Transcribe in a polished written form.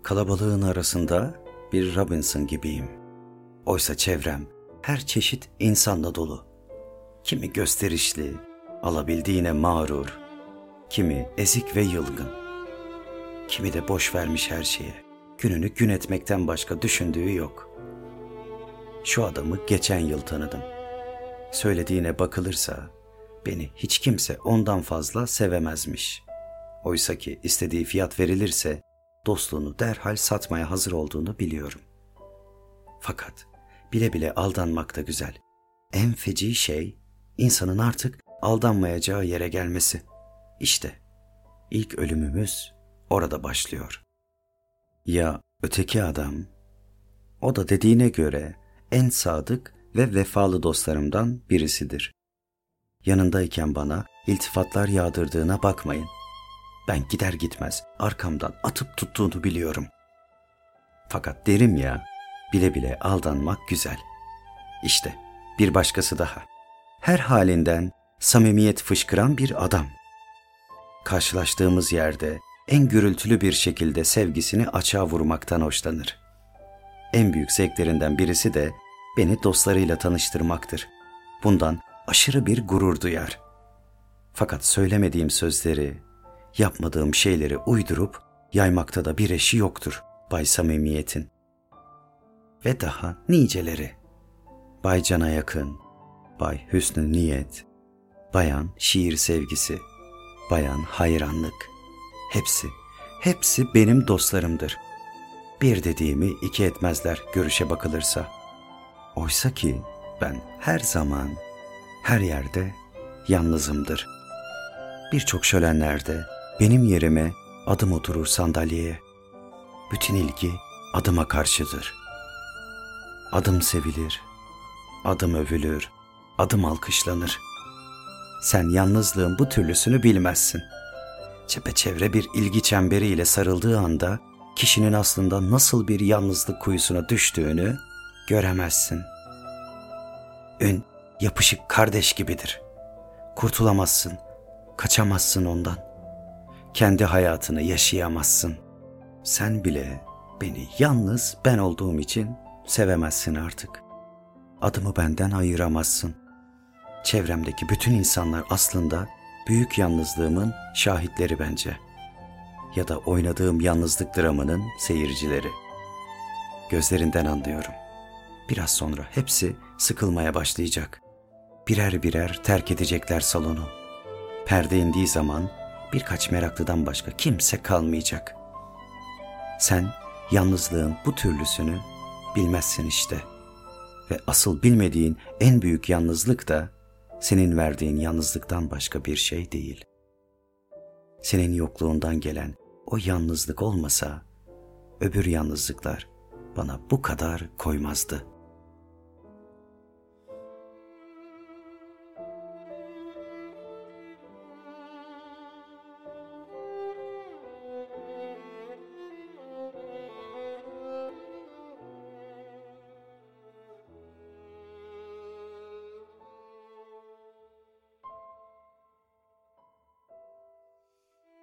Kalabalığın arasında bir Robinson gibiyim. Oysa çevrem her çeşit insanla dolu. Kimi gösterişli, alabildiğine mağrur, kimi ezik ve yılgın. Kimi de boş vermiş her şeye, gününü gün etmekten başka düşündüğü yok. Şu adamı geçen yıl tanıdım. Söylediğine bakılırsa beni hiç kimse ondan fazla sevemezmiş. Oysa ki istediği fiyat verilirse dostluğunu derhal satmaya hazır olduğunu biliyorum. Fakat bile bile aldanmak da güzel. En feci şey insanın artık aldanmayacağı yere gelmesi. İşte ilk ölümümüz orada başlıyor. Ya öteki adam? O da dediğine göre en sadık ve vefalı dostlarımdan birisidir. Yanındayken bana iltifatlar yağdırdığına bakmayın. Ben gider gitmez arkamdan atıp tuttuğunu biliyorum. Fakat derim ya, bile bile aldanmak güzel. İşte bir başkası daha. Her halinden samimiyet fışkıran bir adam. Karşılaştığımız yerde en gürültülü bir şekilde sevgisini açığa vurmaktan hoşlanır. En büyük zevklerinden birisi de beni dostlarıyla tanıştırmaktır. Bundan aşırı bir gurur duyar. Fakat söylemediğim sözleri, yapmadığım şeyleri uydurup yaymakta da bir eşi yoktur Bay Samimiyet'in. Ve daha niceleri. Bay Can'a yakın, Bay Hüsnü Niyet, Bayan Şiir Sevgisi, Bayan Hayranlık. Hepsi benim dostlarımdır. Bir dediğimi iki etmezler görüşe bakılırsa. Oysa ki ben her zaman, her yerde yalnızımdır. Birçok şölenlerde benim yerime adım oturur sandalyeye. Bütün ilgi adıma karşıdır. Adım sevilir, adım övülür, adım alkışlanır. Sen yalnızlığın bu türlüsünü bilmezsin. Çepeçevre bir ilgi çemberiyle sarıldığı anda kişinin aslında nasıl bir yalnızlık kuyusuna düştüğünü göremezsin. Ün yapışık kardeş gibidir. Kurtulamazsın, kaçamazsın ondan. Kendi hayatını yaşayamazsın. Sen bile beni yalnız ben olduğum için sevemezsin artık. Adımı benden ayıramazsın. Çevremdeki bütün insanlar aslında büyük yalnızlığımın şahitleri bence. Ya da oynadığım yalnızlık dramının seyircileri. Gözlerinden anlıyorum. Biraz sonra hepsi sıkılmaya başlayacak. Birer birer terk edecekler salonu. Perde indiği zaman birkaç meraklıdan başka kimse kalmayacak. Sen yalnızlığın bu türlüsünü bilmezsin işte. Ve asıl bilmediğin en büyük yalnızlık da senin verdiğin yalnızlıktan başka bir şey değil. Senin yokluğundan gelen o yalnızlık olmasa öbür yalnızlıklar bana bu kadar koymazdı.